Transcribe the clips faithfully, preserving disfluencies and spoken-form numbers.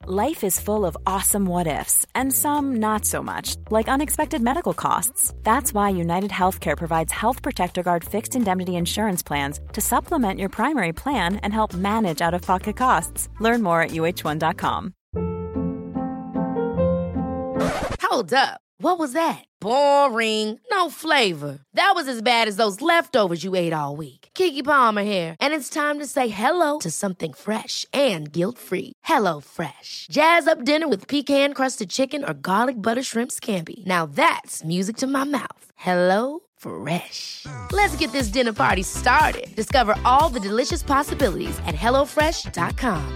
Life is full of awesome what-ifs, and some not so much, like unexpected medical costs. That's why United Healthcare provides Health Protector Guard fixed indemnity insurance plans to supplement your primary plan and help manage out-of-pocket costs. Learn more at U H one dot com. Hold up. What was that? Boring. No flavor. That was as bad as those leftovers you ate all week. Keke Palmer here, and it's time to say hello to something fresh and guilt-free. Hello Fresh. Jazz up dinner with pecan-crusted chicken or garlic butter shrimp scampi. Now that's music to my mouth. Hello Fresh. Let's get this dinner party started. Discover all the delicious possibilities at hello fresh dot com.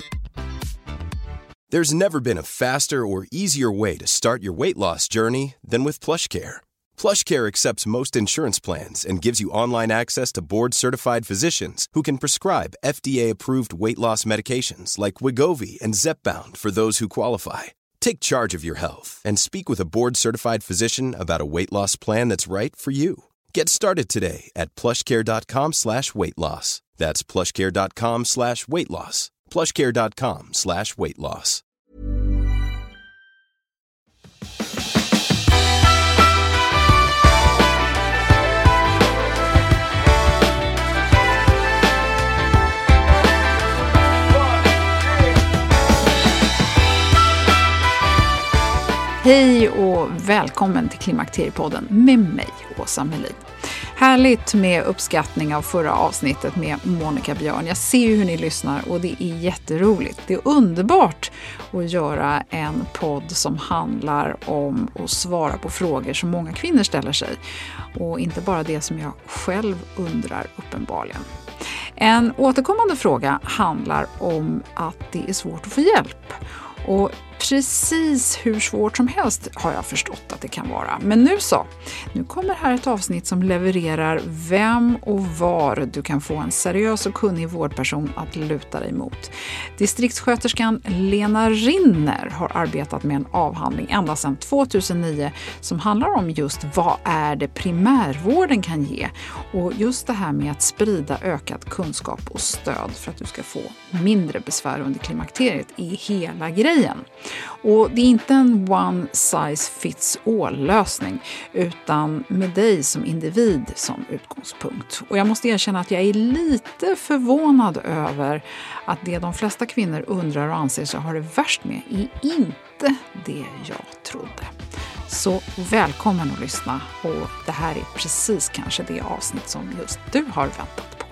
There's never been a faster or easier way to start your weight loss journey than with PlushCare. PlushCare accepts most insurance plans and gives you online access to board-certified physicians who can prescribe F D A-approved weight loss medications like Wegovy and Zepbound for those who qualify. Take charge of your health and speak with a board-certified physician about a weight loss plan that's right for you. Get started today at plushcare.com slash weight loss. That's plushcare.com slash weight loss. plushcare.com slash weight loss. Hej och välkommen till Klimakteriepodden med mig, Åsa Melin. Härligt med uppskattning av förra avsnittet med Monica Björn. Jag ser ju hur ni lyssnar och det är jätteroligt. Det är underbart att göra en podd som handlar om att svara på frågor som många kvinnor ställer sig. Och inte bara det som jag själv undrar uppenbarligen. En återkommande fråga handlar om att det är svårt att få hjälp. Och precis hur svårt som helst har jag förstått att det kan vara. Men nu så, nu kommer här ett avsnitt som levererar vem och var du kan få en seriös och kunnig vårdperson att luta dig mot. Distriktssköterskan Lena Rinner har arbetat med en avhandling ända sedan tvåtusen nio som handlar om just vad är det primärvården kan ge. Och just det här med att sprida ökad kunskap och stöd för att du ska få mindre besvär under klimakteriet är hela grejen. Och det är inte en one size fits all lösning utan med dig som individ som utgångspunkt. Och jag måste erkänna att jag är lite förvånad över att det de flesta kvinnor undrar och anser sig ha det värst med är inte det jag trodde. Så välkommen att lyssna, och det här är precis kanske det avsnitt som just du har väntat på.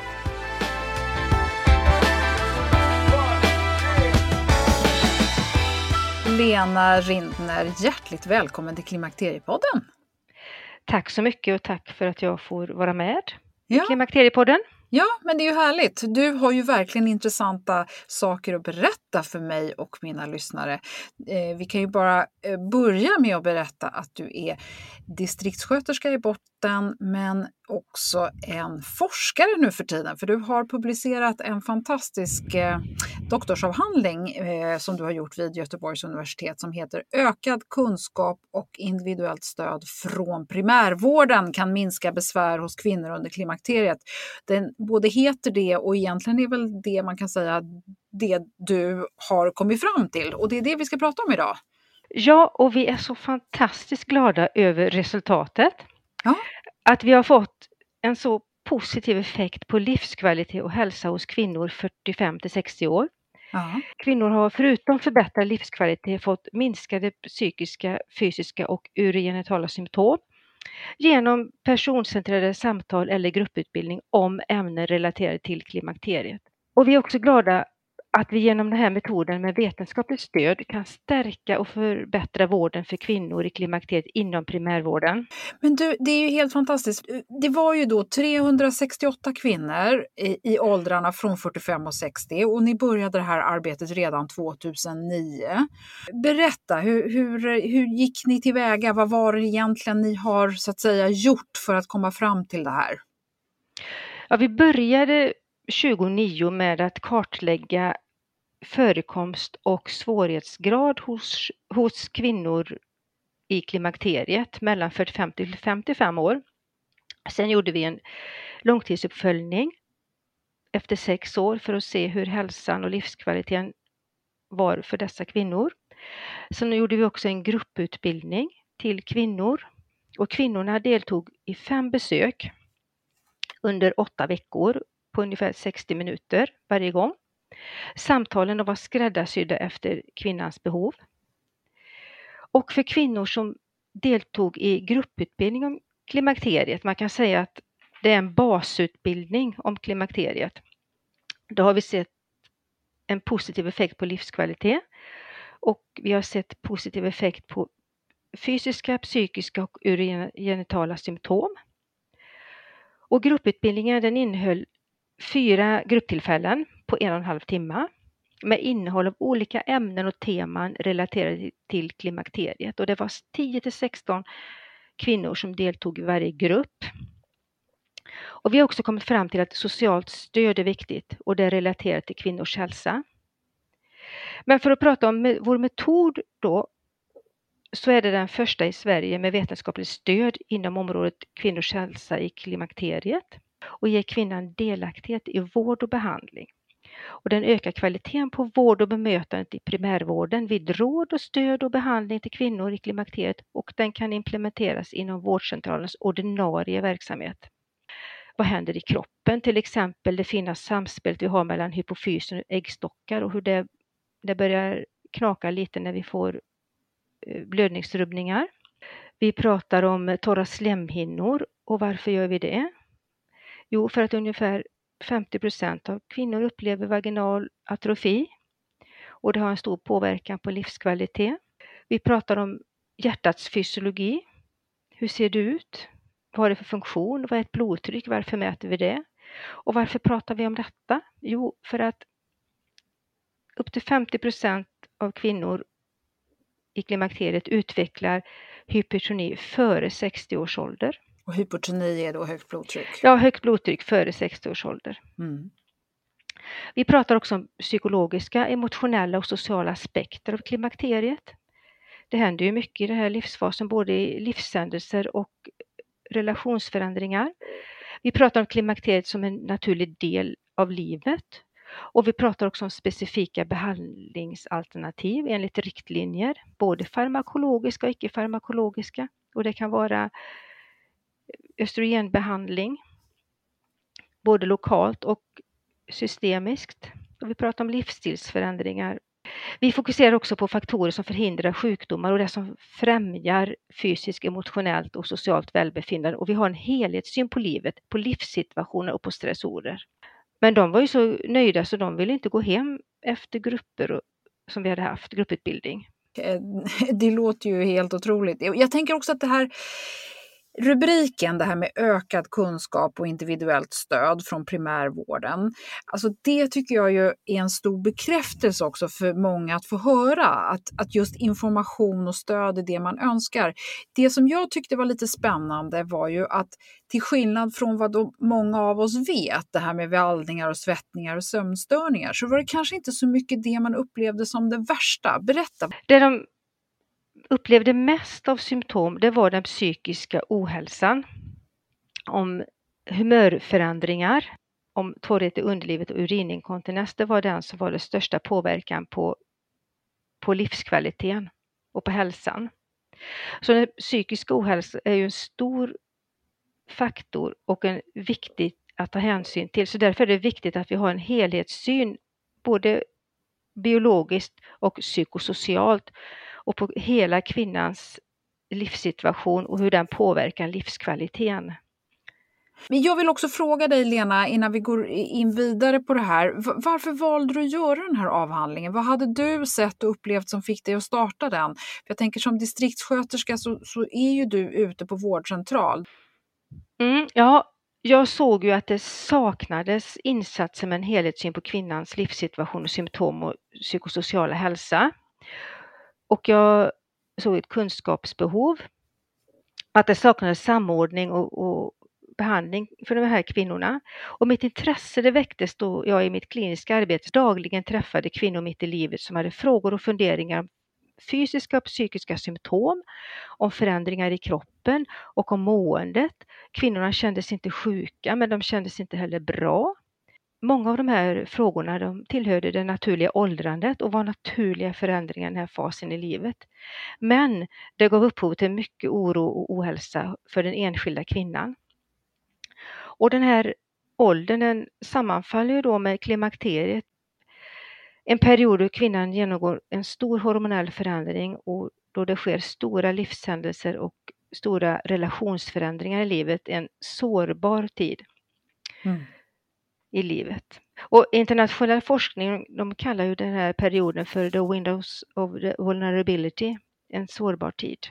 Lena Rinner, hjärtligt välkommen till Klimakteriepodden. Tack så mycket och tack för att jag får vara med i ja. Klimakteriepodden. Ja, men det är ju härligt. Du har ju verkligen intressanta saker att berätta för mig och mina lyssnare. Eh, vi kan ju bara eh, börja med att berätta att du är distriktssköterska i botten, men också en forskare nu för tiden. För du har publicerat en fantastisk eh, doktorsavhandling eh, som du har gjort vid Göteborgs universitet som heter Ökad kunskap och individuellt stöd från primärvården kan minska besvär hos kvinnor under klimakteriet. Den både heter det och egentligen är väl det man kan säga det du har kommit fram till. Och det är det vi ska prata om idag. Ja, och vi är så fantastiskt glada över resultatet. Ja. Att vi har fått en så positiv effekt på livskvalitet och hälsa hos kvinnor fyrtiofem till sextio år. Ja. Kvinnor har förutom förbättrad livskvalitet fått minskade psykiska, fysiska och uringenitala symptom genom personcentrerade samtal eller grupputbildning om ämnen relaterade till klimakteriet. Och vi är också glada att vi genom den här metoden med vetenskapligt stöd kan stärka och förbättra vården för kvinnor i klimakteriet inom primärvården. Men du, det är ju helt fantastiskt. Det var ju då trehundrasextioåtta kvinnor i, i åldrarna från fyrtiofem och sextio och ni började det här arbetet redan tvåtusennio. Berätta, hur, hur, hur gick ni tillväga? Vad var det egentligen ni har så att säga gjort för att komma fram till det här? Ja, vi började tjugonio med att kartlägga förekomst och svårighetsgrad hos, hos kvinnor i klimakteriet mellan fyrtiofem till femtiofem år. Sen gjorde vi en långtidsuppföljning efter sex år för att se hur hälsan och livskvaliteten var för dessa kvinnor. Sen gjorde vi också en grupputbildning till kvinnor. Och kvinnorna deltog i fem besök under åtta veckor på ungefär sextio minuter varje gång. Samtalen var skräddarsydda efter kvinnans behov. Och för kvinnor som deltog i grupputbildning om klimakteriet, man kan säga att det är en basutbildning om klimakteriet. Då har vi sett en positiv effekt på livskvalitet och vi har sett positiv effekt på fysiska, psykiska och uringenitala symptom. Och grupputbildningen den innehöll fyra grupptillfällen på en och en halv timme med innehåll av olika ämnen och teman relaterade till klimakteriet. Och det var tio till sexton kvinnor som deltog i varje grupp. Och vi har också kommit fram till att socialt stöd är viktigt och det är relaterat till kvinnors hälsa. Men för att prata om vår metod då, så är det den första i Sverige med vetenskapligt stöd inom området kvinnors hälsa i klimakteriet och ger kvinnan delaktighet i vård och behandling. Och den ökar kvaliteten på vård och bemötandet i primärvården vid råd och stöd och behandling till kvinnor i klimakteriet och den kan implementeras inom vårdcentralens ordinarie verksamhet. Vad händer i kroppen? Till exempel det fina samspelet vi har mellan hypofysen och äggstockar och hur det, det börjar knaka lite när vi får blödningsrubbningar. Vi pratar om torra slemhinnor och varför gör vi det? Jo, för att ungefär femtio procent av kvinnor upplever vaginal atrofi och det har en stor påverkan på livskvalitet. Vi pratar om hjärtats fysiologi. Hur ser det ut? Vad har det för funktion? Vad är ett blodtryck? Varför mäter vi det? Och varför pratar vi om detta? Jo, för att upp till femtio procent av kvinnor i klimakteriet utvecklar hypertoni före sextio års ålder. Och hypotoni är då högt blodtryck? Ja, högt blodtryck före sextio års ålder. Mm. Vi pratar också om psykologiska, emotionella och sociala aspekter av klimakteriet. Det händer ju mycket i den här livsfasen, både i livshändelser och relationsförändringar. Vi pratar om klimakteriet som en naturlig del av livet. Och vi pratar också om specifika behandlingsalternativ enligt riktlinjer, både farmakologiska och icke-farmakologiska. Och det kan vara östrogenbehandling, både lokalt och systemiskt. Och vi pratar om livsstilsförändringar. Vi fokuserar också på faktorer som förhindrar sjukdomar och det som främjar fysiskt, emotionellt och socialt välbefinnande. Och vi har en helhetssyn på livet, på livssituationer och på stressorer. Men de var ju så nöjda så de ville inte gå hem efter grupper som vi hade haft, grupputbildning. Det låter ju helt otroligt. Jag tänker också att det här rubriken, det här med ökad kunskap och individuellt stöd från primärvården, alltså det tycker jag ju är en stor bekräftelse också för många att få höra, att, att just information och stöd är det man önskar. Det som jag tyckte var lite spännande var ju att till skillnad från vad de, många av oss vet, det här med vallningar och svettningar och sömnstörningar, så var det kanske inte så mycket det man upplevde som det värsta. Berätta. Det de upplevde mest av symptom, det var den psykiska ohälsan, om humörförändringar, om torrhet i underlivet och urininkontinens. Det var den som var den största påverkan på, på livskvaliteten och på hälsan. Så den psykiska ohälsan är ju en stor faktor och en viktig att ta hänsyn till. Så därför är det viktigt att vi har en helhetssyn, både biologiskt och psykosocialt, och på hela kvinnans livssituation och hur den påverkar livskvaliteten. Men jag vill också fråga dig, Lena, innan vi går in vidare på det här. Varför valde du att göra den här avhandlingen? Vad hade du sett och upplevt som fick dig att starta den? För jag tänker som distriktssköterska så, så är ju du ute på vårdcentral. Mm, ja, jag såg ju att det saknades insatser med en helhetssyn på kvinnans livssituation och symptom och psykosociala hälsa. Och jag såg ett kunskapsbehov, att det saknades samordning och, och behandling för de här kvinnorna. Och mitt intresse det väcktes då jag i mitt kliniska arbete dagligen träffade kvinnor mitt i livet som hade frågor och funderingar om fysiska och psykiska symptom, om förändringar i kroppen och om måendet. Kvinnorna kändes inte sjuka, men de kändes inte heller bra. många av de här frågorna de tillhörde det naturliga åldrandet och var naturliga förändringar i den här fasen i livet. Men det gav upphov till mycket oro och ohälsa för den enskilda kvinnan. Och den här åldern den sammanfaller ju då med klimakteriet. En period då kvinnan genomgår en stor hormonell förändring och då det sker stora livshändelser och stora relationsförändringar i livet. En sårbar tid mm. i livet. Och internationell forskning de kallar ju den här perioden för the windows of the vulnerability. En sårbar tid.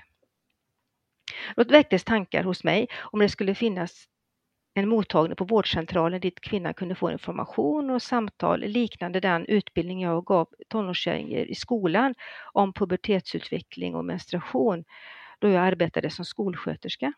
Då väcktes tankar hos mig om det skulle finnas en mottagning på vårdcentralen dit kvinnan kunde få information och samtal liknande den utbildning jag gav tonårstjejer i skolan om pubertetsutveckling och menstruation då jag arbetade som skolsköterska.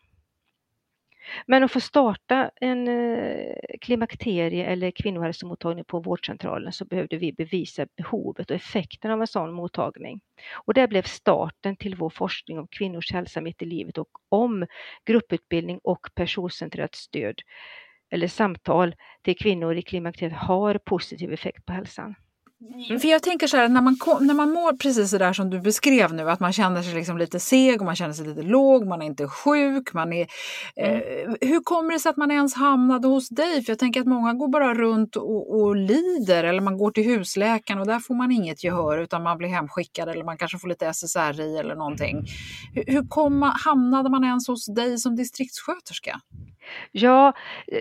Men att få starta en klimakterie- eller kvinnohälsomottagning på vårdcentralen så behövde vi bevisa behovet och effekten av en sån mottagning. Och det blev starten till vår forskning om kvinnors hälsa mitt i livet och om grupputbildning och personcentrerat stöd eller samtal till kvinnor i klimakteriet har positiv effekt på hälsan. Mm. För jag tänker så här, när man, när man mår precis så där som du beskrev nu, att man känner sig liksom lite seg och man känner sig lite låg, man är inte sjuk, man är, mm. eh, hur kommer det sig att man ens hamnade hos dig? För jag tänker att många går bara runt och, och lider, eller man går till husläkaren och där får man inget gehör utan man blir hemskickad eller man kanske får lite S S R I eller någonting. Hur, hur kom, hamnade man ens hos dig som distriktssköterska? Ja,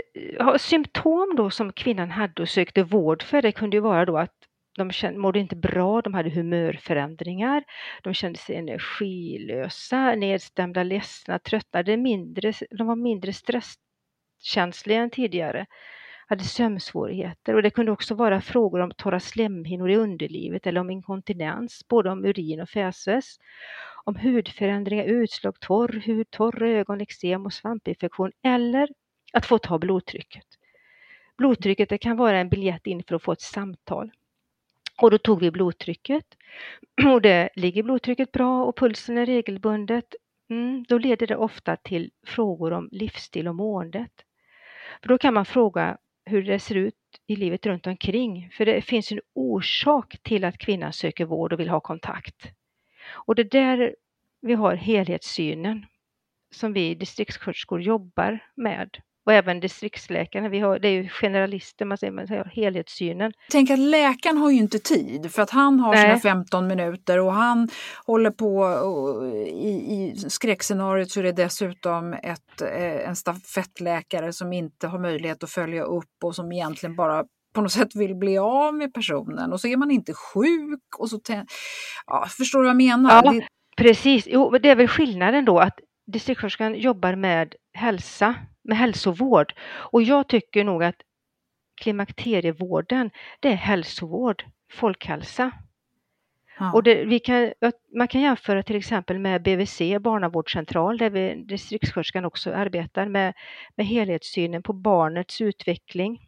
symptom då som kvinnan hade och sökte vård för det kunde ju vara då att de kände, mådde inte bra, de hade humörförändringar, de kände sig energilösa, nedstämda, ledsna, tröttnade, mindre, de var mindre stresskänsliga än tidigare, hade sömnsvårigheter och det kunde också vara frågor om torra slemhinnor i underlivet eller om inkontinens, både om urin och fäses, om hudförändringar, utslag, torr hud, torra ögon, eksem och svampinfektion eller att få ta blodtrycket. Blodtrycket det kan vara en biljett in för att få ett samtal. Och då tog vi blodtrycket och det ligger blodtrycket bra och pulsen är regelbundet. Mm, då leder det ofta till frågor om livsstil och måendet. För då kan man fråga hur det ser ut i livet runt omkring. För det finns en orsak till att kvinnan söker vård och vill ha kontakt. Och det är där vi har helhetssynen som vi distriktssköterskor jobbar med. Och även distriktsläkarna, vi har, det är ju generalister, man säger, man säger helhetssynen. Tänk att läkaren har ju inte tid för att han har Nej. sina femton minuter och han håller på och i, i skräckscenariot så är det dessutom ett, en stafettläkare som inte har möjlighet att följa upp och som egentligen bara på något sätt vill bli av med personen och så är man inte sjuk och så te- ja, förstår du vad jag menar? Ja, det... precis. Jo, det är väl skillnaden då att distriktssköterskan jobbar med hälsa, med hälsovård. Och jag tycker nog att klimakterievården, det är hälsovård, folkhälsa. Ja. Och det, vi kan, man kan jämföra till exempel med B V C, barnavårdscentral, där vi, distriktssköterskan också arbetar med, med helhetssynen på barnets utveckling.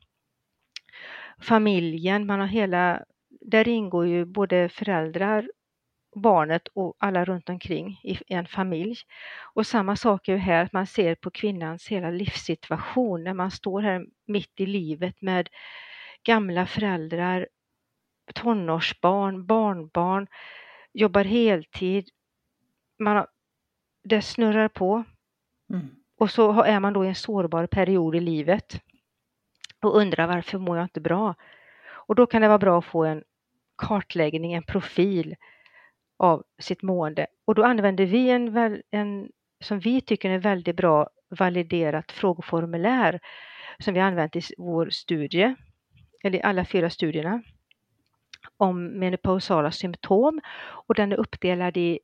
Familjen, man har hela, där ingår ju både föräldrar, barnet och alla runt omkring i en familj. Och samma sak är ju här att man ser på kvinnans hela livssituation när man står här mitt i livet med gamla föräldrar, tonårsbarn, barnbarn, jobbar heltid. Man, det snurrar på. Mm. Och så är man då i en sårbar period i livet och undrar varför mår jag inte bra. Och då kan det vara bra att få en kartläggning, en profil av sitt mående. Och då använder vi en, en som vi tycker är väldigt bra validerat frågeformulär som vi har använt i vår studie, eller i alla fyra studierna om menopausala symptom. Och den är uppdelad i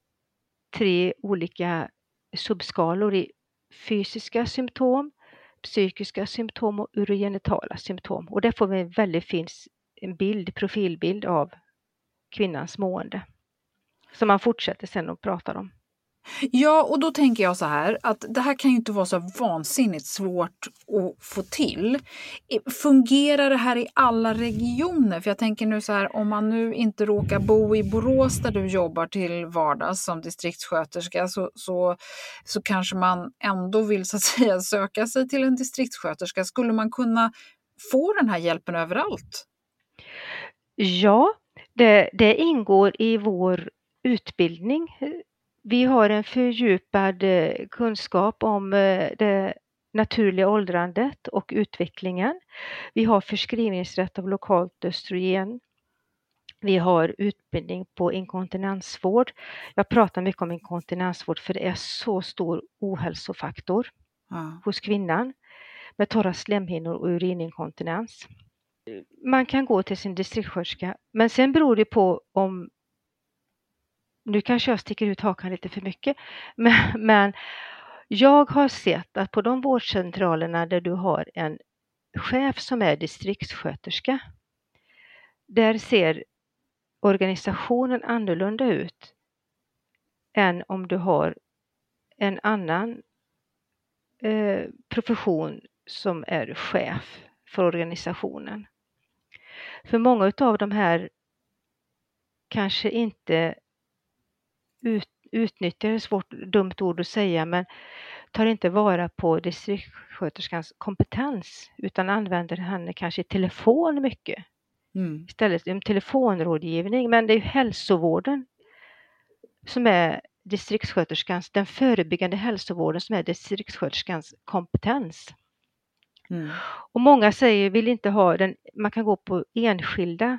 tre olika subskalor i fysiska symptom, psykiska symptom och urogenitala symptom. Och där får vi en väldigt fin en bild, profilbild av kvinnans mående. Som man fortsätter sen att prata om. Ja, och då tänker jag så här att det här kan ju inte vara så vansinnigt svårt att få till. Fungerar det här i alla regioner? För jag tänker nu så här, om man nu inte råkar bo i Borås där du jobbar till vardags som distriktssköterska så, så, så kanske man ändå vill så att säga söka sig till en distriktssköterska. Skulle man kunna få den här hjälpen överallt? Ja, det, det ingår i vår utbildning. Vi har en fördjupad eh, kunskap om eh, det naturliga åldrandet och utvecklingen. Vi har förskrivningsrätt av lokalt östrogen. Vi har utbildning på inkontinensvård. Jag pratar mycket om inkontinensvård för det är så stor ohälsofaktor Ja. hos kvinnan med torra slemhinnor och urininkontinens. Man kan gå till sin distriktssköterska, men sen beror det på om, nu kanske jag sticker ut hakan lite för mycket, men, men jag har sett att på de vårdcentralerna där du har en chef som är distriktssköterska, där ser organisationen annorlunda ut än om du har en annan eh, profession som är chef för organisationen. För många av de här kanske inte ut, utnyttjar, det är svårt, dumt ord att säga, men tar inte vara på distriktssköterskans kompetens utan använder henne kanske i telefon mycket. Mm. Istället för telefonrådgivning, men det är ju hälsovården som är distriktssköterskans, den förebyggande hälsovården som är distriktssköterskans kompetens. Mm. Och många säger vill inte ha den, man kan gå på enskilda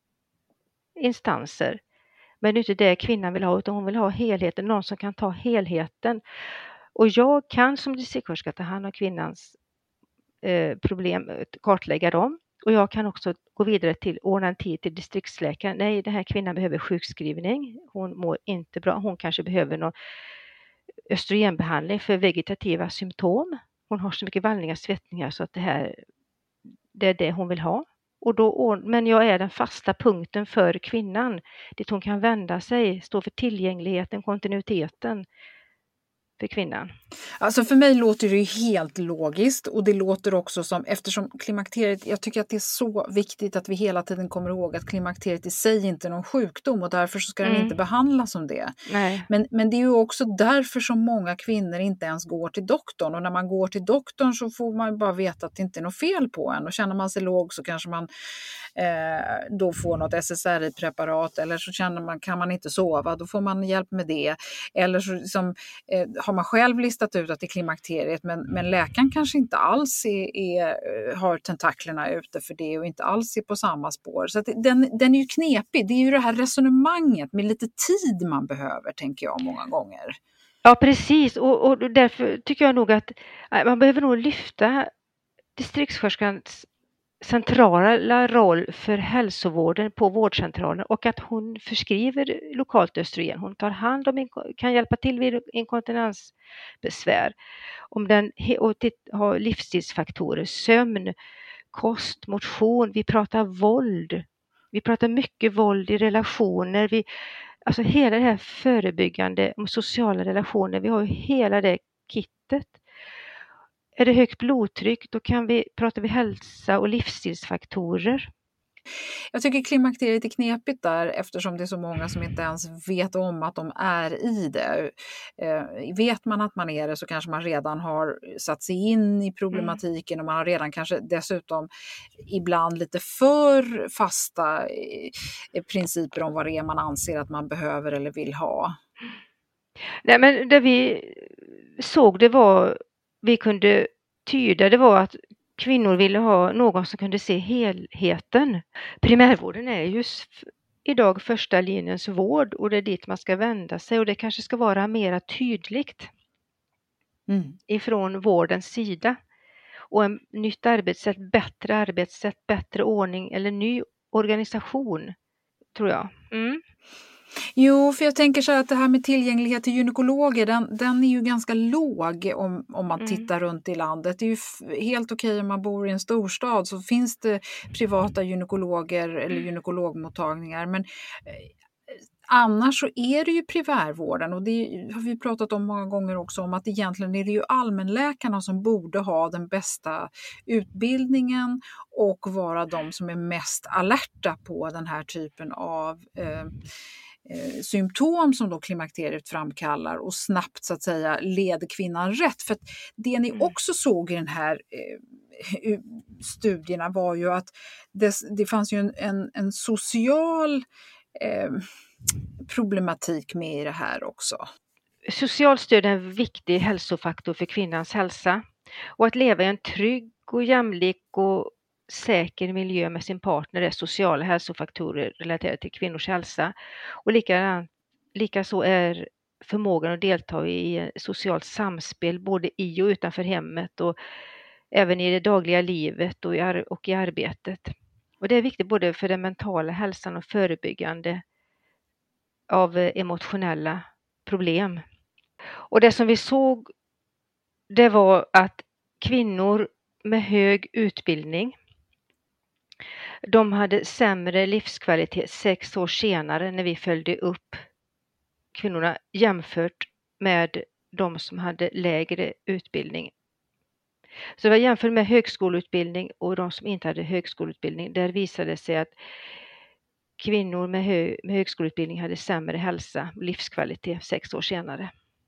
instanser, men det är inte det kvinnan vill ha, utan hon vill ha helheten, någon som kan ta helheten. Och jag kan som distriktssköterska ta hand om kvinnans eh, problem, kartlägga dem. Och jag kan också gå vidare till ordna en tid till distriktsläkaren. Nej, den här kvinnan behöver sjukskrivning. Hon mår inte bra. Hon kanske behöver någon östrogenbehandling för vegetativa symptom. Hon har så mycket vallningar, svettningar så att det här det är det hon vill ha. Och då, men jag är den fasta punkten för kvinnan. Dit hon kan vända sig, stå för tillgängligheten, kontinuiteten för kvinnan. Alltså för mig låter det ju helt logiskt, och det låter också som, eftersom klimakteriet, jag tycker att det är så viktigt att vi hela tiden kommer ihåg att klimakteriet i sig inte är någon sjukdom, och därför så ska mm. den inte behandlas som det. Nej. Men, men det är ju också därför som många kvinnor inte ens går till doktorn, och när man går till doktorn så får man bara veta att det inte är något fel på en, och känner man sig låg så kanske man eh, då får något S S R I-preparat, eller så känner man, kan man inte sova, då får man hjälp med det, eller så liksom, eh, har man själv listat ut att det är klimakteriet, men, men läkaren kanske inte alls är, är, har tentaklerna ute för det och inte alls är på samma spår. Så att den, den är ju knepig. Det är ju det här resonemanget med lite tid man behöver, tänker jag många gånger. Ja, precis. Och, och därför tycker jag nog att man behöver nog lyfta distriktssköterskans centrala roll för hälsovården på vårdcentralen, och att hon förskriver lokalt östrogen. Hon tar hand om, kan hjälpa till vid inkontinensbesvär. Om den och har livsstilsfaktorer, sömn, kost, motion. Vi pratar våld. Vi pratar mycket våld i relationer. Vi, alltså hela det här förebyggande om sociala relationer. Vi har ju hela det kittet. Är det högt blodtryck, då kan vi, pratar vi hälsa och livsstilsfaktorer. Jag tycker klimakteriet är knepigt där, eftersom det är så många som inte ens vet om att de är i det. Eh, vet man att man är det så kanske man redan har satt sig in i problematiken, mm. och man har redan kanske dessutom ibland lite för fasta eh, principer om vad det är man anser att man behöver eller vill ha. Nej, men det vi såg, det var, vi kunde tyda, det var att kvinnor ville ha någon som kunde se helheten. Primärvården är just idag första linjens vård, och det är dit man ska vända sig, och det kanske ska vara mer tydligt mm. ifrån vårdens sida. Och en nytt arbetssätt, bättre arbetssätt, bättre ordning eller ny organisation, tror jag. Mm. Jo, för jag tänker så här att det här med tillgänglighet till gynekologer, den, den är ju ganska låg om, om man mm. tittar runt i landet. Det är ju f- helt okej om man bor i en storstad, så finns det privata gynekologer eller gynekologmottagningar, men eh, annars så är det ju primärvården, och det har vi pratat om många gånger också, om att egentligen är det ju allmänläkarna som borde ha den bästa utbildningen och vara de som är mest alerta på den här typen av eh, Eh, symptom som då klimakteriet framkallar, och snabbt så att säga leder kvinnan rätt. För att det ni också såg i den här studierna var ju att det, det fanns ju en, en, en social eh, problematik med i det här också. Socialstöd är en viktig hälsofaktor för kvinnans hälsa. Och att leva i en trygg och jämlik och säker miljö med sin partner är sociala hälsofaktorer relaterade till kvinnors hälsa. Och likadant, likaså är förmågan att delta i socialt samspel både i och utanför hemmet och även i det dagliga livet och i, ar- och i arbetet. Och det är viktigt både för den mentala hälsan och förebyggande av emotionella problem. Och det som vi såg, det var att kvinnor med hög utbildning, de hade sämre livskvalitet sex år senare när vi följde upp kvinnorna jämfört med de som hade lägre utbildning. Så det var jämfört med högskoleutbildning och de som inte hade högskoleutbildning. Där visade det sig att kvinnor med, hö- med högskoleutbildning hade sämre hälsa och livskvalitet sex år senare.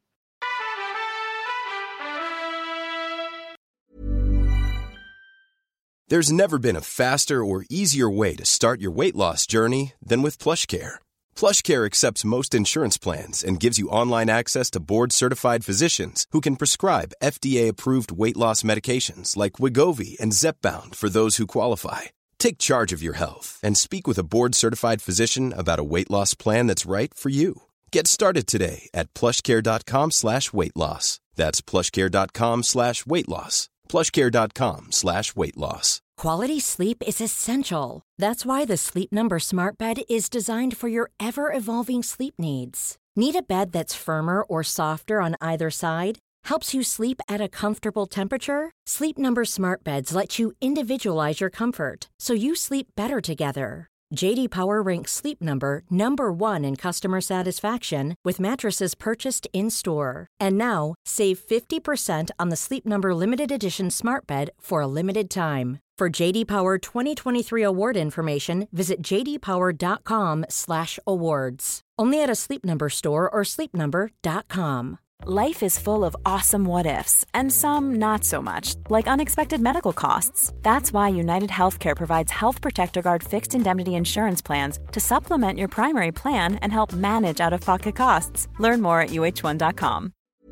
There's never been a faster or easier way to start your weight loss journey than with PlushCare. PlushCare accepts most insurance plans and gives you online access to board-certified physicians who can prescribe F D A-approved weight loss medications like Wegovy and Zepbound for those who qualify. Take charge of your health and speak with a board-certified physician about a weight loss plan that's right for you. Get started today at plushcare.com slash weight loss. That's plushcare.com slash weight loss. plushcare.com slash weight loss. Quality sleep is essential. That's why the Sleep Number Smart Bed is designed for your ever-evolving sleep needs. Need a bed that's firmer or softer on either side? Helps you sleep at a comfortable temperature? Sleep Number Smart Beds let you individualize your comfort so you sleep better together. J D Power ranks Sleep Number number one in customer satisfaction with mattresses purchased in-store. And now, save fifty percent on the Sleep Number Limited Edition Smart Bed for a limited time. For J D Power twenty twenty-three award information, visit j d power dot com slash awards. Only at a Sleep Number store or sleep number dot com. Life is full of awesome what-ifs, and some not so much, like unexpected medical costs. That's why United Healthcare provides Health Protector Guard fixed indemnity insurance plans to supplement your primary plan and help manage out-of-pocket costs. Learn more at u h one dot com.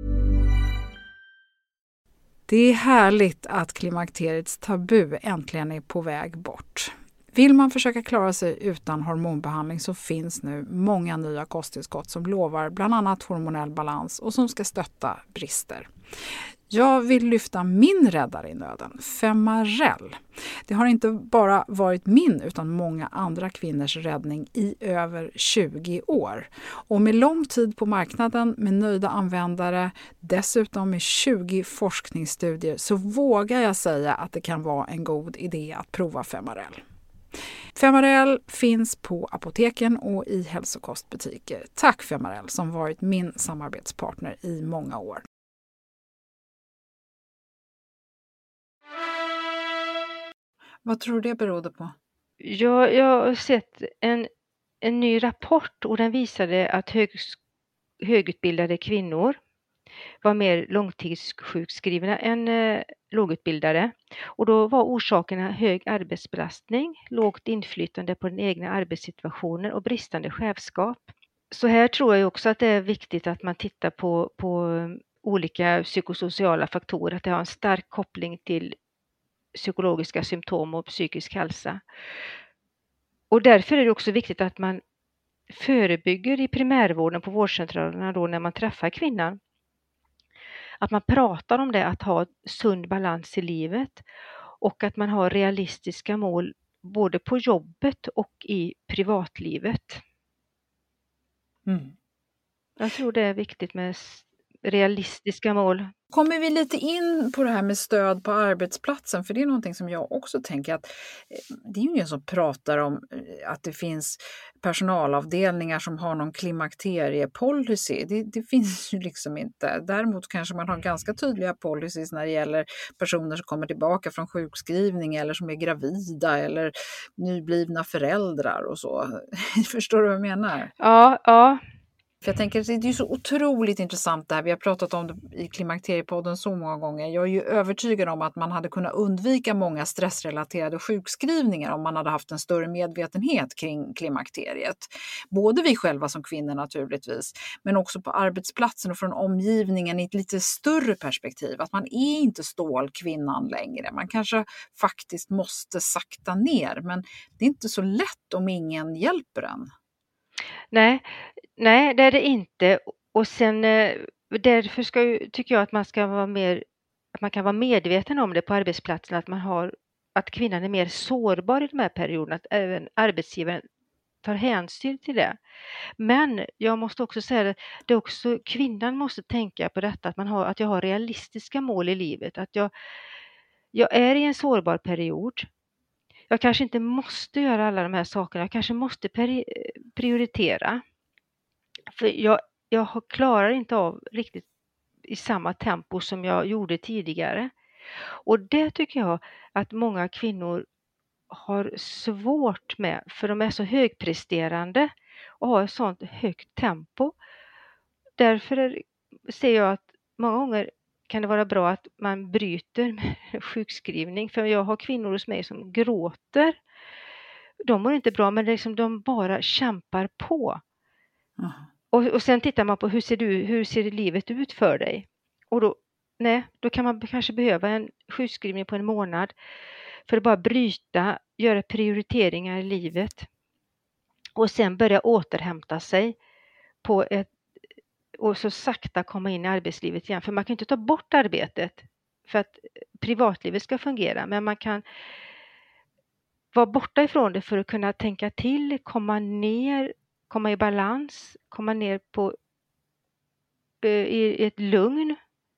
Det är härligt att klimakteriets tabu äntligen är på väg bort. Vill man försöka klara sig utan hormonbehandling så finns nu många nya kosttillskott som lovar bland annat hormonell balans och som ska stötta brister. Jag vill lyfta min räddare i nöden, Femarel. Det har inte bara varit min utan många andra kvinnors räddning i över tjugo år. Och med lång tid på marknaden, med nöjda användare, dessutom med tjugo forskningsstudier, så vågar jag säga att det kan vara en god idé att prova Femarel. Femarel finns på apoteken och i hälsokostbutiker. Tack Femarel som varit min samarbetspartner i många år. Vad tror du det berodde på? Jag, jag har sett en, en ny rapport och den visade att hög, högutbildade kvinnor var mer långtidssjukskrivna än eh, lågutbildade. Och då var orsakerna hög arbetsbelastning, lågt inflytande på den egna arbetssituationen och bristande chefskap. Så här tror jag också att det är viktigt att man tittar på, på olika psykosociala faktorer, att det har en stark koppling till psykologiska symptom och psykisk hälsa. Och därför är det också viktigt att man förebygger i primärvården på vårdcentralerna då när man träffar kvinnan. Att man pratar om det, att ha sund balans i livet och att man har realistiska mål både på jobbet och i privatlivet. Mm. Jag tror det är viktigt med realistiska mål. Kommer vi lite in på det här med stöd på arbetsplatsen, för det är någonting som jag också tänker att det är ju ingen som pratar om att det finns personalavdelningar som har någon klimakteriepolicy. Det, det finns ju liksom inte. Däremot kanske man har ganska tydliga policies när det gäller personer som kommer tillbaka från sjukskrivning eller som är gravida eller nyblivna föräldrar och så. Förstår du vad jag menar? Ja, ja. För jag tänker att det är ju så otroligt intressant det här. Vi har pratat om det i Klimakteriepodden så många gånger. Jag är ju övertygad om att man hade kunnat undvika många stressrelaterade sjukskrivningar om man hade haft en större medvetenhet kring klimakteriet. Både vi själva som kvinnor naturligtvis, men också på arbetsplatsen och från omgivningen i ett lite större perspektiv. Att man är inte stålkvinnan längre. Man kanske faktiskt måste sakta ner, men det är inte så lätt om ingen hjälper en. Nej, nej, det är det inte. Och sen eh, därför ska ju, tycker jag att man ska vara mer, att man kan vara medveten om det på arbetsplatsen, att man har, att kvinnan är mer sårbar i de här perioderna, att även arbetsgivaren tar hänsyn till det. Men jag måste också säga att det är också, kvinnan måste tänka på detta, att man har, att jag har realistiska mål i livet, att jag, jag är i en sårbar period. Jag kanske inte måste göra alla de här sakerna. Jag kanske måste peri- prioritera. För jag, jag klarar inte av riktigt i samma tempo som jag gjorde tidigare. Och det tycker jag att många kvinnor har svårt med. För de är så högpresterande och har ett sånt högt tempo. Därför är, ser jag att många gånger kan det vara bra att man bryter med sjukskrivning. För jag har kvinnor hos mig som gråter. De mår inte bra, men liksom de bara kämpar på. Mm. Och, och sen tittar man på hur ser, du, hur ser livet ut för dig? Och då, nej, då kan man kanske behöva en sjukskrivning på en månad. För att bara bryta, göra prioriteringar i livet. Och sen börja återhämta sig på ett och så sakta komma in i arbetslivet igen. För man kan inte ta bort arbetet för att privatlivet ska fungera. Men man kan vara borta ifrån det för att kunna tänka till, komma ner, komma i balans, komma ner på i ett lugn.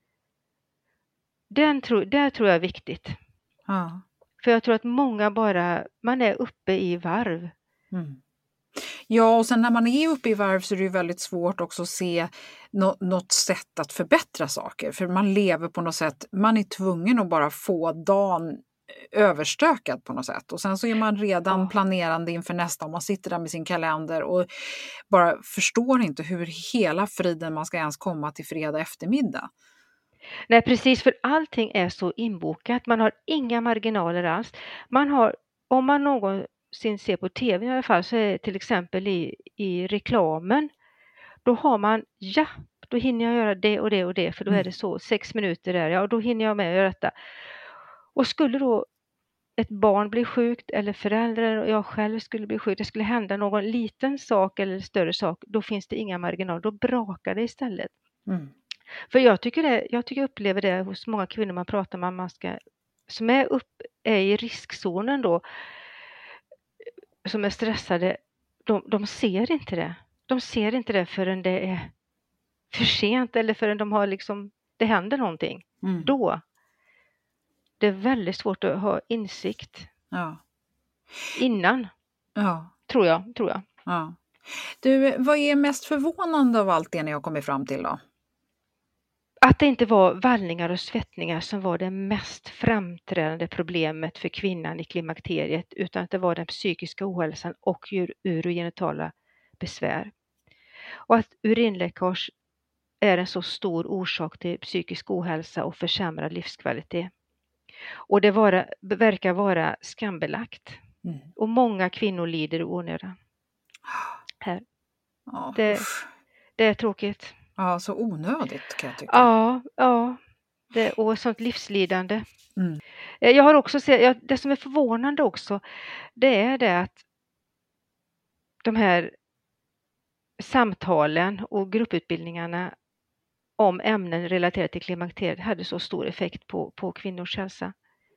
Den tror, det tror jag är viktigt. Ja. För jag tror att många bara, man är uppe i varv. Mm. Ja, och sen när man är uppe i varv så är det ju väldigt svårt också att se no- något sätt att förbättra saker. För man lever på något sätt, man är tvungen att bara få dagen överstökad på något sätt. Och sen så är man redan ja. planerande inför nästa, och man sitter där med sin kalender och bara förstår inte hur hela friden man ska ens komma till fredag eftermiddag. Nej, precis, för allting är så inbokat. Man har inga marginaler alls. Man har, om man någon sin ser på tv i alla fall, så är till exempel i, i reklamen, då har man, ja, då hinner jag göra det och det och det, för då är det så, sex minuter där, ja, och då hinner jag med att göra detta. Och skulle då ett barn bli sjukt, eller föräldrar och jag själv skulle bli sjuk, det skulle hända någon liten sak eller större sak, då finns det inga marginaler, då brakar det istället. Mm. För jag tycker det, jag tycker jag upplever det hos många kvinnor man pratar med, man ska, som är, upp, är i riskzonen då, som är stressade, de, de ser inte det. De ser inte det förrän det är för sent eller förrän de har liksom, det händer någonting. Mm. Då. Det är väldigt svårt att ha insikt. Ja. Innan. Ja. Tror jag, tror jag. Ja. Du, vad är mest förvånande av allt det ni har kommit fram till då? Att det inte var vallningar och svettningar som var det mest framträdande problemet för kvinnan i klimakteriet, utan att det var den psykiska ohälsan och urogenitala besvär. Och att urinläckage är en så stor orsak till psykisk ohälsa och försämrad livskvalitet. Och det var, verkar vara skambelagt. Mm. Och många kvinnor lider i onödan. Här. Oh. Det, det är tråkigt. Ja, så onödigt kan jag tycka. Ja, ja. Det, och sånt livslidande. Mm. Jag har också sett, det som är förvånande också, det är det att de här samtalen och grupputbildningarna om ämnen relaterade till klimakteriet hade så stor effekt på, på kvinnors hälsa.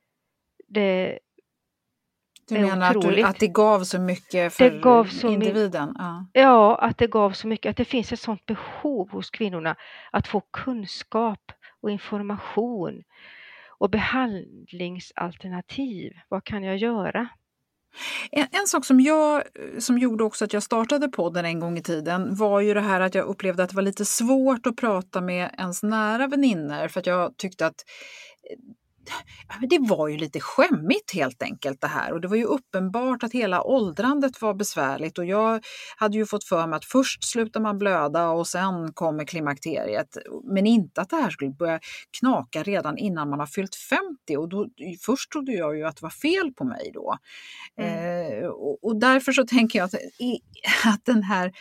Det Du menar att, du, att det gav så mycket för det gav så individen? Ja. ja, att det gav så mycket. Att det finns ett sånt behov hos kvinnorna att få kunskap och information och behandlingsalternativ. Vad kan jag göra? En, en sak som jag som gjorde också att jag startade podden en gång i tiden var ju det här att jag upplevde att det var lite svårt att prata med ens nära vänner, för att jag tyckte att det var ju lite skämmigt helt enkelt det här. Och det var ju uppenbart att hela åldrandet var besvärligt. Och jag hade ju fått för mig att först slutar man blöda och sen kommer klimakteriet. Men inte att det här skulle börja knaka redan innan man har fyllt femtio. Och då, först trodde jag ju att det var fel på mig då. Mm. Eh, och, och därför så tänker jag att, i, att den här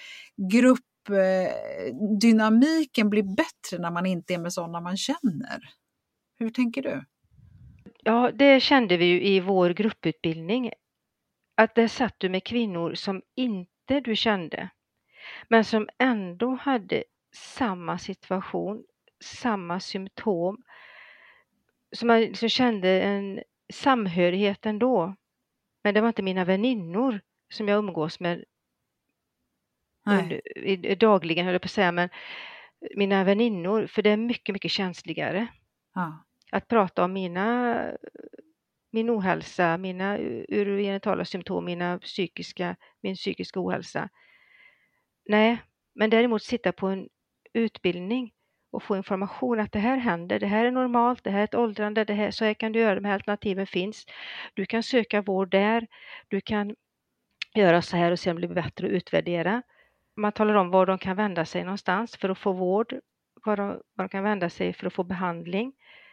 gruppdynamiken blir bättre när man inte är med sådana man känner. Hur tänker du? Ja, det kände vi ju i vår grupputbildning. Att där satt du med kvinnor som inte du kände. Men som ändå hade samma situation, samma symptom. Så man liksom kände en samhörighet ändå. Men det var inte mina väninnor som jag umgås med under, i, dagligen, höll jag på att säga. Men mina väninnor, för det är mycket, mycket känsligare. Ja. Att prata om mina, min ohälsa, mina urogenitala symptom, mina psykiska, min psykiska ohälsa. Nej, men däremot sitta på en utbildning och få information att det här händer, det här är normalt, det här är ett åldrande, det här, så här kan du göra, de här alternativen finns. Du kan söka vård där, du kan göra så här och sen bli bättre och utvärdera. Man talar om var de kan vända sig någonstans för att få vård, var de, var de kan vända sig för att få behandling.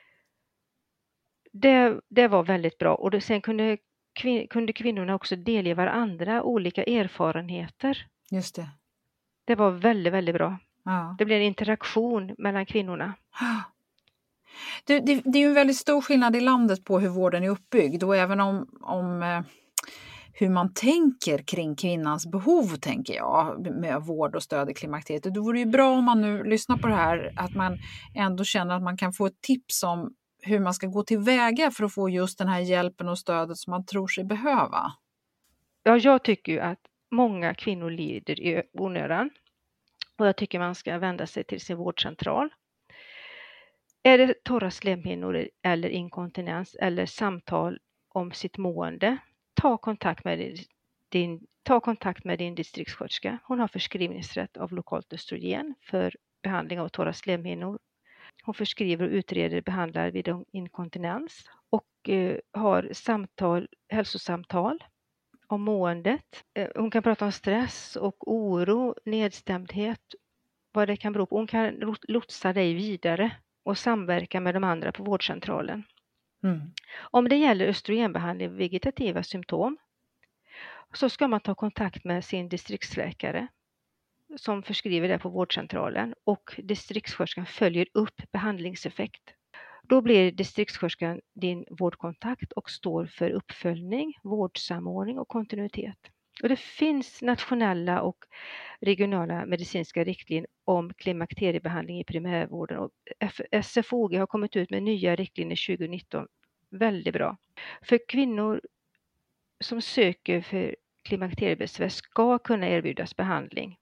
Det, det var väldigt bra, och det, sen kunde, kvin, kunde kvinnorna också delge varandra olika erfarenheter. Just det. Det var väldigt, väldigt bra. Ja. Det blev en interaktion mellan kvinnorna. Det, det, det är ju en väldigt stor skillnad i landet på hur vården är uppbyggd, och även om, om eh, hur man tänker kring kvinnans behov, tänker jag, med vård och stöd i klimakteriet. Det vore ju bra om man nu lyssnar på det här, att man ändå känner att man kan få ett tips om hur man ska gå tillväga för att få just den här hjälpen och stödet som man tror sig behöva. Ja, jag tycker ju att många kvinnor lider i onödan. Och jag tycker man ska vända sig till sin vårdcentral. Är det torra slemhinnor eller inkontinens eller samtal om sitt mående, ta kontakt med din, ta kontakt med din distriktssköterska. Hon har förskrivningsrätt av lokalt östrogen för behandling av torra slemhinnor. Hon förskriver och utreder behandlar vid inkontinens och eh, har samtal, hälsosamtal om måendet. Eh, hon kan prata om stress och oro, nedstämdhet, vad det kan bero på. Hon kan lotsa dig vidare och samverka med de andra på vårdcentralen. Mm. Om det gäller östrogenbehandling vid vegetativa symptom så ska man ta kontakt med sin distriktsläkare som förskriver det på vårdcentralen, och distriktssköterskan följer upp behandlingseffekt. Då blir distriktssköterskan din vårdkontakt och står för uppföljning, vårdsamordning och kontinuitet. Och det finns nationella och regionala medicinska riktlinjer om klimakteriebehandling i primärvården, och S F O G har kommit ut med nya riktlinjer tjugonitton. Väldigt bra. För kvinnor som söker för klimakteriebesvär ska kunna erbjudas behandling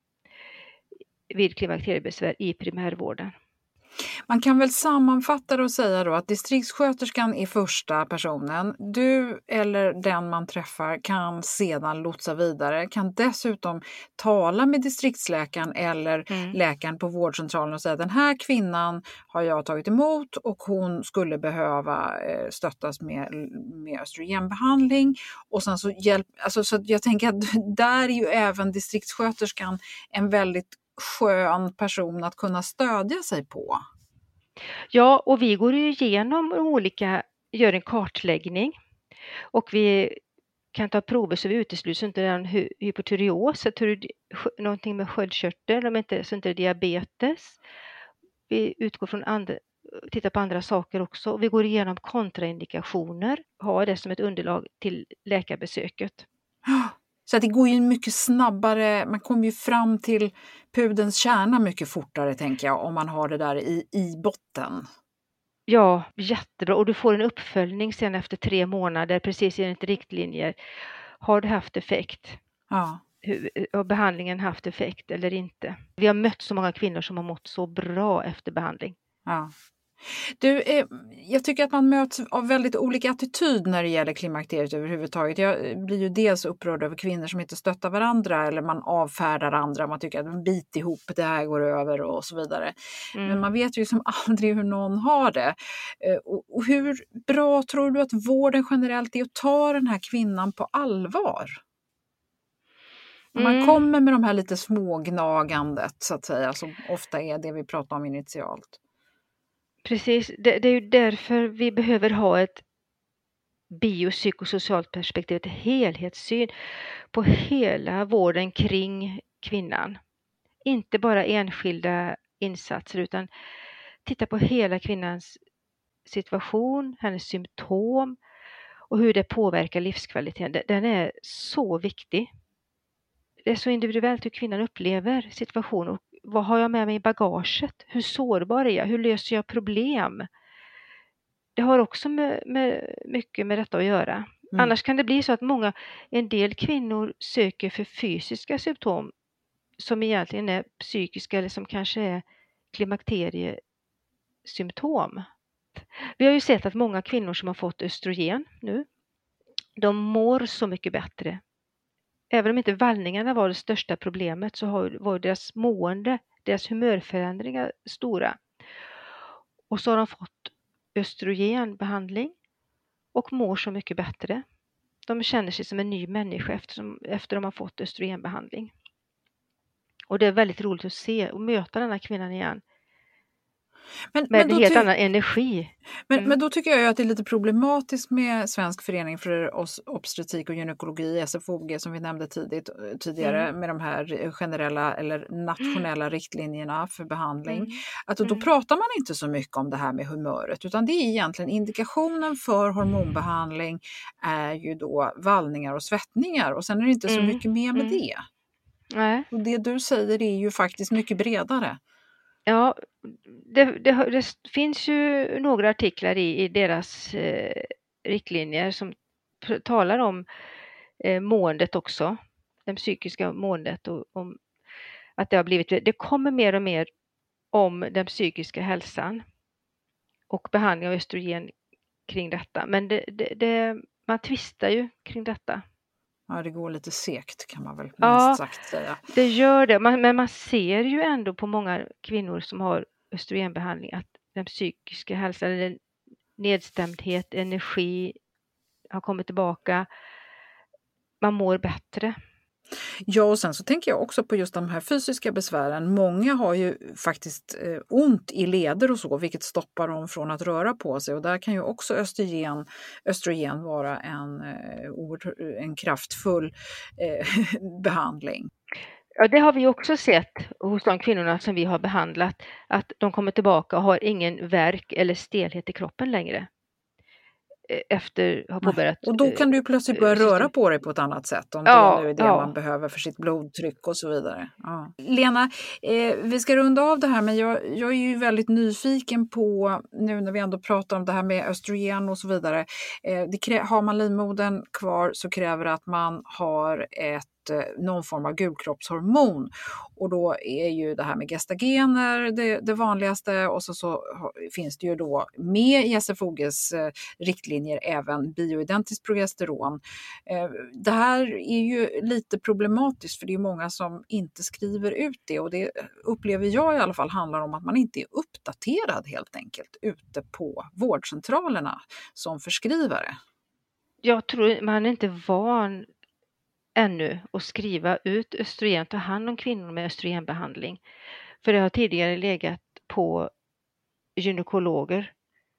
vid klimakteriebesvär i primärvården. Man kan väl sammanfatta det och säga då att distriktssköterskan är första personen. Du eller den man träffar kan sedan lotsa vidare, kan dessutom tala med distriktsläkaren eller mm. läkaren på vårdcentralen och säga att den här kvinnan har jag tagit emot och hon skulle behöva stöttas med, med östrogenbehandling. Och sen så hjälp, alltså så jag tänker att där är ju även distriktssköterskan en väldigt skön person att kunna stödja sig på. Ja, och vi går ju igenom olika, gör en kartläggning och vi kan ta prover så vi utesluter inte den hy- hypotyreos, någonting med sköldkörtel, om inte, så inte det diabetes. Vi utgår från andra, tittar på andra saker också. Vi går igenom kontraindikationer, har det som ett underlag till läkarbesöket. Så att det går ju mycket snabbare, man kommer ju fram till pudelns kärna mycket fortare, tänker jag, om man har det där i, i botten. Ja, jättebra. Och du får en uppföljning sen efter tre månader, precis enligt riktlinjer. Har det haft effekt? Ja. Har behandlingen haft effekt eller inte? Vi har mött så många kvinnor som har mått så bra efter behandling. Ja. Du, eh, jag tycker att man möts av väldigt olika attityd när det gäller klimakteriet överhuvudtaget. Jag blir ju dels upprörd över kvinnor som inte stöttar varandra eller man avfärdar andra. Man tycker att bit ihop, det här går över och så vidare. Mm. Men man vet ju liksom aldrig hur någon har det. Eh, och, och hur bra tror du att vården generellt är att ta den här kvinnan på allvar? När man mm. kommer med de här lite smågnagandet så att säga, som ofta är det vi pratar om initialt. Precis, det, det är ju därför vi behöver ha ett biopsykosocialt perspektiv, ett helhetssyn på hela vården kring kvinnan. Inte bara enskilda insatser utan titta på hela kvinnans situation, hennes symptom och hur det påverkar livskvaliteten. Den är så viktig. Det är så individuellt hur kvinnan upplever situationen. Vad har jag med mig i bagaget? Hur sårbar är jag? Hur löser jag problem? Det har också med, med, mycket med detta att göra. Mm. Annars kan det bli så att många, en del kvinnor söker för fysiska symptom som egentligen är psykiska eller som kanske är klimakteriesymptom. Vi har ju sett att många kvinnor som har fått östrogen nu, de mår så mycket bättre. Även om inte vallningarna var det största problemet så var deras mående, deras humörförändringar stora. Och så har de fått östrogenbehandling och mår så mycket bättre. De känner sig som en ny människa efter, efter de har fått östrogenbehandling. Och det är väldigt roligt att se och möta den här kvinnan igen. Men, med en helt ty- annan energi. Men, mm. men då tycker jag ju att det är lite problematiskt med Svensk förening för oss obstetrik och gynekologi, S F O G som vi nämnde tidigt, tidigare, mm. med de här generella eller nationella mm. riktlinjerna för behandling. Mm. Att då, då pratar man inte så mycket om det här med humöret, utan det är egentligen indikationen för hormonbehandling är ju då vallningar och svettningar och sen är det inte så mm. mycket mer med mm. det. Nej. Och det du säger är ju faktiskt mycket bredare. Ja, det, det, det finns ju några artiklar i, i deras eh, riktlinjer som pr- talar om eh, måendet också, det psykiska måendet och om att det har blivit, det kommer mer och mer om den psykiska hälsan och behandling av östrogen kring detta, men det, det, det, man tvistar ju kring detta. Ja, det går lite segt kan man väl minst ja, sagt säga. Det gör det, man, men man ser ju ändå på många kvinnor som har östrogenbehandling att den psykiska hälsan, eller nedstämdhet, energi har kommit tillbaka. Man mår bättre. Ja, och sen så tänker jag också på just de här fysiska besvären. Många har ju faktiskt eh, ont i leder och så, vilket stoppar dem från att röra på sig. Och där kan ju också östrogen, östrogen vara en, eh, en kraftfull eh, behandling. Ja, det har vi också sett hos de kvinnorna som vi har behandlat. Att de kommer tillbaka och har ingen värk eller stelhet i kroppen längre. Efter har påbörjat. Och då kan du plötsligt börja system. röra på dig på ett annat sätt om ja, det nu är det ja. man behöver för sitt blodtryck och så vidare. Ja. Lena, eh, vi ska runda av det här, men jag, jag är ju väldigt nyfiken på, nu när vi ändå pratar om det här med östrogen och så vidare. Eh, det krä- har man livmodern kvar så kräver det att man har ett någon form av gulkroppshormon och då är ju det här med gestagener det, det vanligaste och så, så finns det ju då med i S F O G:s eh, riktlinjer även bioidentiskt progesteron. Eh, det här är ju lite problematiskt för det är många som inte skriver ut det och det upplever jag i alla fall handlar om att man inte är uppdaterad helt enkelt ute på vårdcentralerna som förskrivare. Jag tror man är inte van ännu att skriva ut östrogen, ta hand om kvinnor med östrogenbehandling. För det har tidigare legat på gynekologer.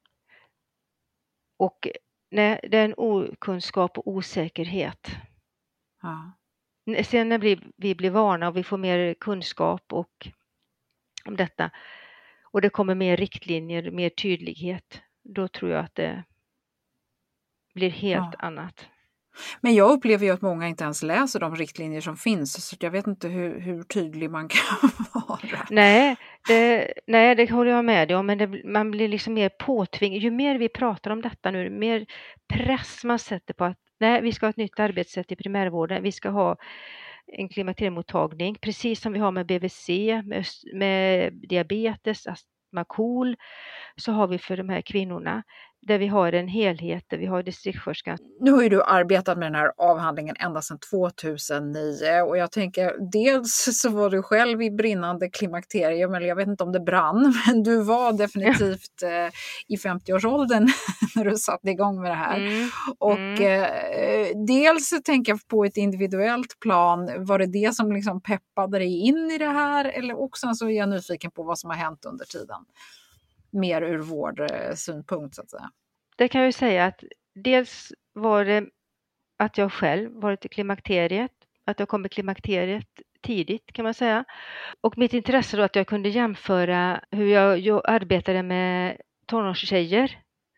Och nej, det är en okunskap och osäkerhet. Ja. Sen när vi, vi blir vana och vi får mer kunskap och, om detta och det kommer mer riktlinjer, mer tydlighet, då tror jag att det blir helt ja. annat. Men jag upplever ju att många inte ens läser de riktlinjer som finns så jag vet inte hur, hur tydlig man kan vara. Nej, det, nej, det håller jag med dig om, men det, man blir liksom mer påtvingad. Ju mer vi pratar om detta nu, mer press man sätter på att nej, vi ska ha ett nytt arbetssätt i primärvården, vi ska ha en klimakteriemottagning, precis som vi har med B V C, med, med diabetes, Makol så har vi för de här kvinnorna där vi har en helhet, där vi har distriktssköterskan. Nu har ju du arbetat med den här avhandlingen ända sedan tvåtusennio och jag tänker dels så var du själv i brinnande klimakterium, eller jag vet inte om det brann, men du var definitivt eh, i femtio-årsåldern när du satte igång med det här. Mm. Och mm. Eh, dels tänker jag på ett individuellt plan, var det det som liksom peppade dig in i det här, eller också så är jag nyfiken på vad som har hänt under tiden? Mer ur vårdsynpunkt så att säga. Det kan jag ju säga att dels var det att jag själv varit i klimakteriet, att jag kom i klimakteriet tidigt kan man säga. Och mitt intresse då att jag kunde jämföra hur jag, jag arbetade med tonårstjejer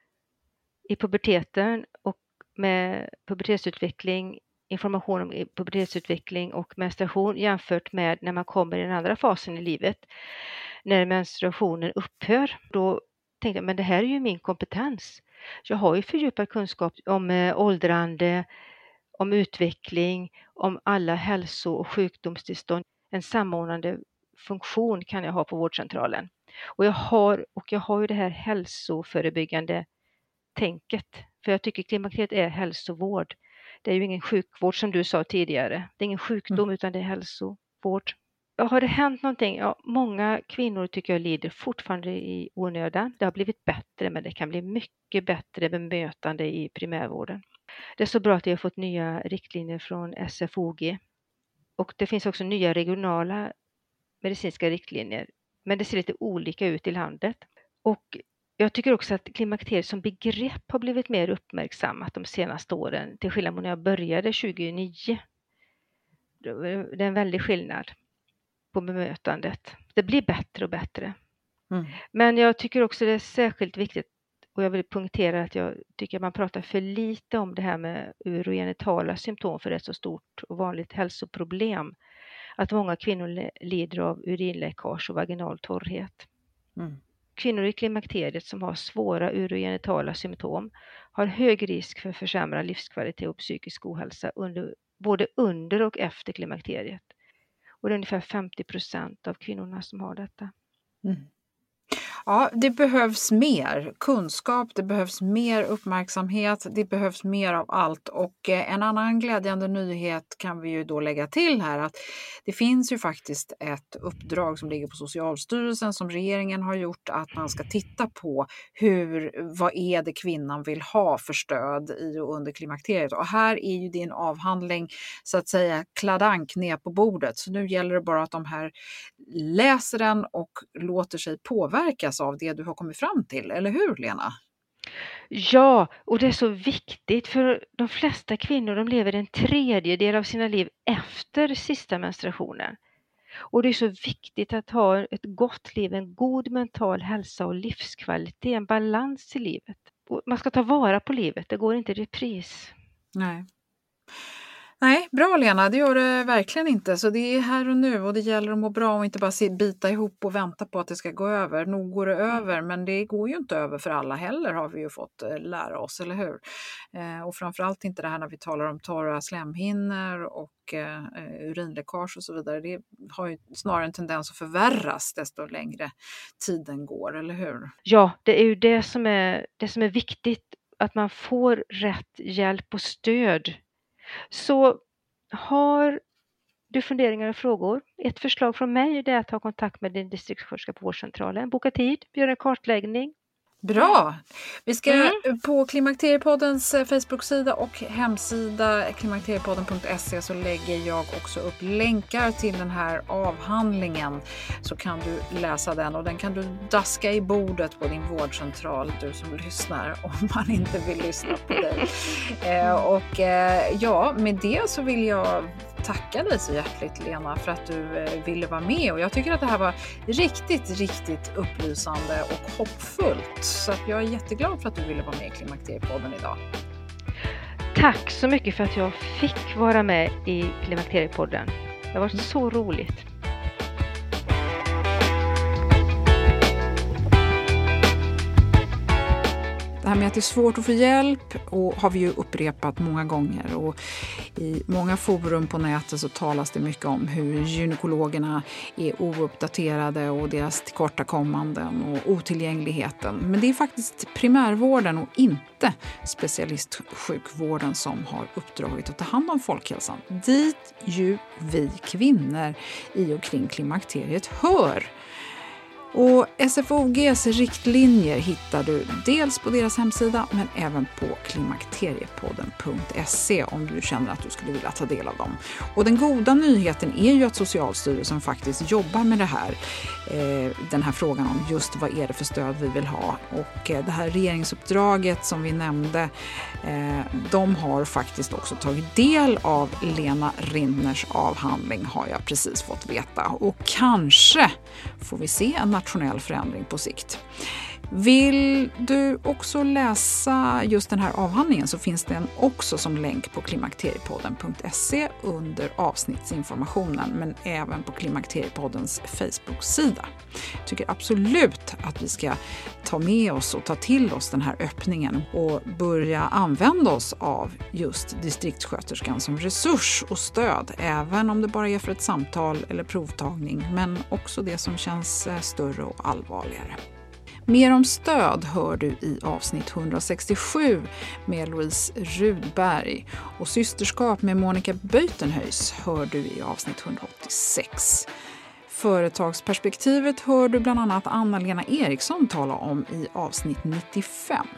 i puberteten och med pubertetsutveckling, information om pubertetsutveckling och menstruation jämfört med när man kommer i den andra fasen i livet. När menstruationen upphör, då tänkte jag, men det här är ju min kompetens. Jag har ju fördjupad kunskap om eh, åldrande, om utveckling, om alla hälso- och sjukdomstillstånd. En samordnande funktion kan jag ha på vårdcentralen. Och jag har, och jag har ju det här hälsoförebyggande tänket. För jag tycker klimakteriet är hälsovård. Det är ju ingen sjukvård som du sa tidigare. Det är ingen sjukdom mm. utan det är hälsovård. Har det hänt någonting? Ja, många kvinnor tycker jag lider fortfarande i onödan. Det har blivit bättre, men det kan bli mycket bättre bemötande i primärvården. Det är så bra att vi har fått nya riktlinjer från S F O G. Och det finns också nya regionala medicinska riktlinjer. Men det ser lite olika ut i landet. Och jag tycker också att klimakteriet som begrepp har blivit mer uppmärksammat de senaste åren. Till skillnad från när jag började tjugonio. Det är en väldig skillnad på bemötandet. Det blir bättre och bättre. Mm. Men jag tycker också det är särskilt viktigt, och jag vill punktera att jag tycker att man pratar för lite om det här med urogenitala symptom, för det är ett så stort och vanligt hälsoproblem. Att många kvinnor lider av urinläckage och vaginal torrhet. Mm. Kvinnor i klimakteriet som har svåra urogenitala symptom har hög risk för försämrad livskvalitet och psykisk ohälsa under, både under och efter klimakteriet. Och det är ungefär femtio procent av kvinnorna som har detta. Mm. Ja, det behövs mer kunskap, det behövs mer uppmärksamhet, det behövs mer av allt. Och en annan glädjande nyhet kan vi ju då lägga till här, att det finns ju faktiskt ett uppdrag som ligger på Socialstyrelsen som regeringen har gjort, att man ska titta på hur, vad är det kvinnan vill ha för stöd i och under klimakteriet. Och här är ju din avhandling så att säga kladank ner på bordet. Så nu gäller det bara att de här läser den och låter sig påverkas av det du har kommit fram till, eller hur Lena? Ja, och det är så viktigt för de flesta kvinnor, de lever en tredjedel av sina liv efter sista menstruationen. Och det är så viktigt att ha ett gott liv, en god mental hälsa och livskvalitet, en balans i livet. Och man ska ta vara på livet, det går inte i repris. Nej. Nej, bra Lena, det gör det verkligen inte. Så det är här och nu och det gäller att må bra och inte bara bita ihop och vänta på att det ska gå över. Nog går det över, men det går ju inte över för alla heller, har vi ju fått lära oss, eller hur? Eh, och framförallt inte det här när vi talar om torra slemhinnor och eh, urinläckage och så vidare. Det har ju snarare en tendens att förvärras desto längre tiden går, eller hur? Ja, det är ju det som är, det som är viktigt, att man får rätt hjälp och stöd. Så har du funderingar och frågor, ett förslag från mig är att ta kontakt med din distriktssköterska på vårdcentralen. Boka tid, göra en kartläggning. Bra! Vi ska mm. på Klimakteriepoddens Facebook-sida och hemsida klimakteriepodden punkt se så lägger jag också upp länkar till den här avhandlingen, så kan du läsa den och den kan du daska i bordet på din vårdcentral, du som lyssnar, om man inte vill lyssna på dig. eh, och eh, ja, med det så vill jag tacka dig så hjärtligt Lena för att du eh, ville vara med, och jag tycker att det här var riktigt, riktigt upplysande och hoppfullt. Så att jag är jätteglad för att du ville vara med i Klimakteriepodden idag. Tack så mycket för att jag fick vara med i Klimakteriepodden. Det har varit så roligt. Det här med med att det är svårt att få hjälp och har vi ju upprepat många gånger. Och i många forum på nätet så talas det mycket om hur gynekologerna är ouppdaterade och deras tillkortakommanden och otillgängligheten. Men det är faktiskt primärvården och inte specialistsjukvården som har uppdraget att ta hand om folkhälsan. Dit ju vi kvinnor i och kring klimakteriet hör. Och S F O G:s riktlinjer hittar du dels på deras hemsida men även på klimakteriepodden punkt se om du känner att du skulle vilja ta del av dem. Och den goda nyheten är ju att Socialstyrelsen faktiskt jobbar med det här, eh, den här frågan om just vad är det för stöd vi vill ha. Och eh, det här regeringsuppdraget som vi nämnde, eh, de har faktiskt också tagit del av Lena Rindners avhandling, har jag precis fått veta. Och kanske får vi se en nationell förändring på sikt. Vill du också läsa just den här avhandlingen så finns den också som länk på klimakteriepodden punkt se under avsnittsinformationen men även på Klimakteriepoddens Facebook-sida. Jag tycker absolut att vi ska ta med oss och ta till oss den här öppningen och börja använda oss av just distriktssköterskan som resurs och stöd, även om det bara är för ett samtal eller provtagning, men också det som känns större och allvarligare. Mer om stöd hör du i avsnitt hundrasextiosju med Louise Rudberg och systerskap med Monica Beutenhuis hör du i avsnitt hundraåttiosex. Företagsperspektivet hör du bland annat Anna-Lena Eriksson tala om i avsnitt nittiofem.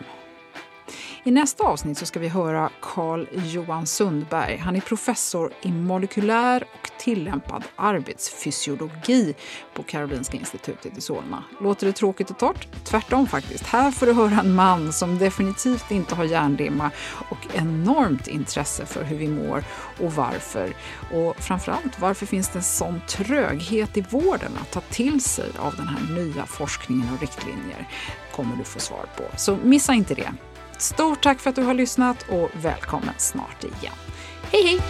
I nästa avsnitt så ska vi höra Carl Johan Sundberg. Han är professor i molekylär och tillämpad arbetsfysiologi på Karolinska institutet i Solna. Låter det tråkigt och torrt? Tvärtom faktiskt. Här får du höra en man som definitivt inte har hjärndimma och enormt intresse för hur vi mår och varför. Och framförallt, varför finns det en sån tröghet i vården att ta till sig av den här nya forskningen och riktlinjer? Kommer du få svar på. Så missa inte det. Stort tack för att du har lyssnat och välkommen snart igen. Hej hej!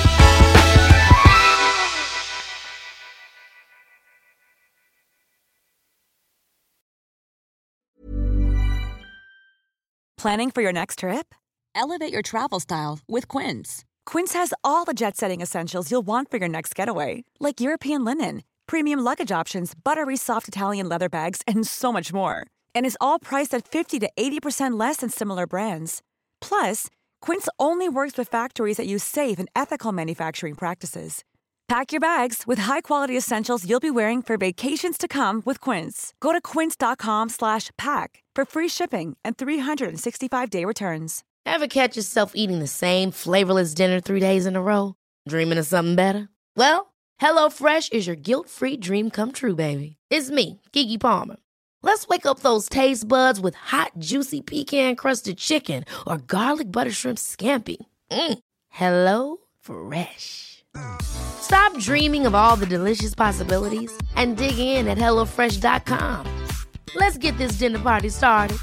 Planning for your next trip? Elevate your travel style with Quince. Quince has all the jet-setting essentials you'll want for your next getaway, like European linen, premium luggage options, buttery soft Italian leather bags, and so much more. And is all priced at fifty to eighty percent less than similar brands. Plus, Quince only works with factories that use safe and ethical manufacturing practices. Pack your bags with high-quality essentials you'll be wearing for vacations to come with Quince. Go to quince.com slash pack for free shipping and three sixty-five day returns. Ever catch yourself eating the same flavorless dinner three days in a row? Dreaming of something better? Well, HelloFresh is your guilt-free dream come true, baby. It's me, Keke Palmer. Let's wake up those taste buds with hot, juicy pecan-crusted chicken or garlic butter shrimp scampi. Mm. Hello Fresh. Stop dreaming of all the delicious possibilities and dig in at hello fresh dot com. Let's get this dinner party started.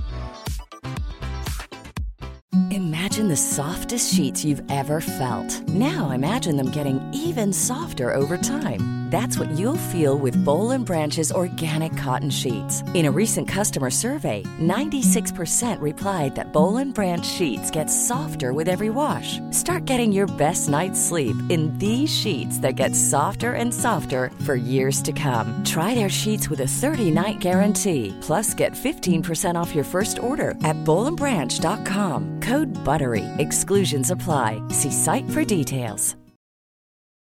Imagine the softest sheets you've ever felt. Now imagine them getting even softer over time. That's what you'll feel with Boll and Branch's organic cotton sheets. In a recent customer survey, ninety-six percent replied that Boll and Branch sheets get softer with every wash. Start getting your best night's sleep in these sheets that get softer and softer for years to come. Try their sheets with a thirty-night guarantee. Plus, get fifteen percent off your first order at boll and branch dot com. Code BUTTERY. Exclusions apply. See site for details.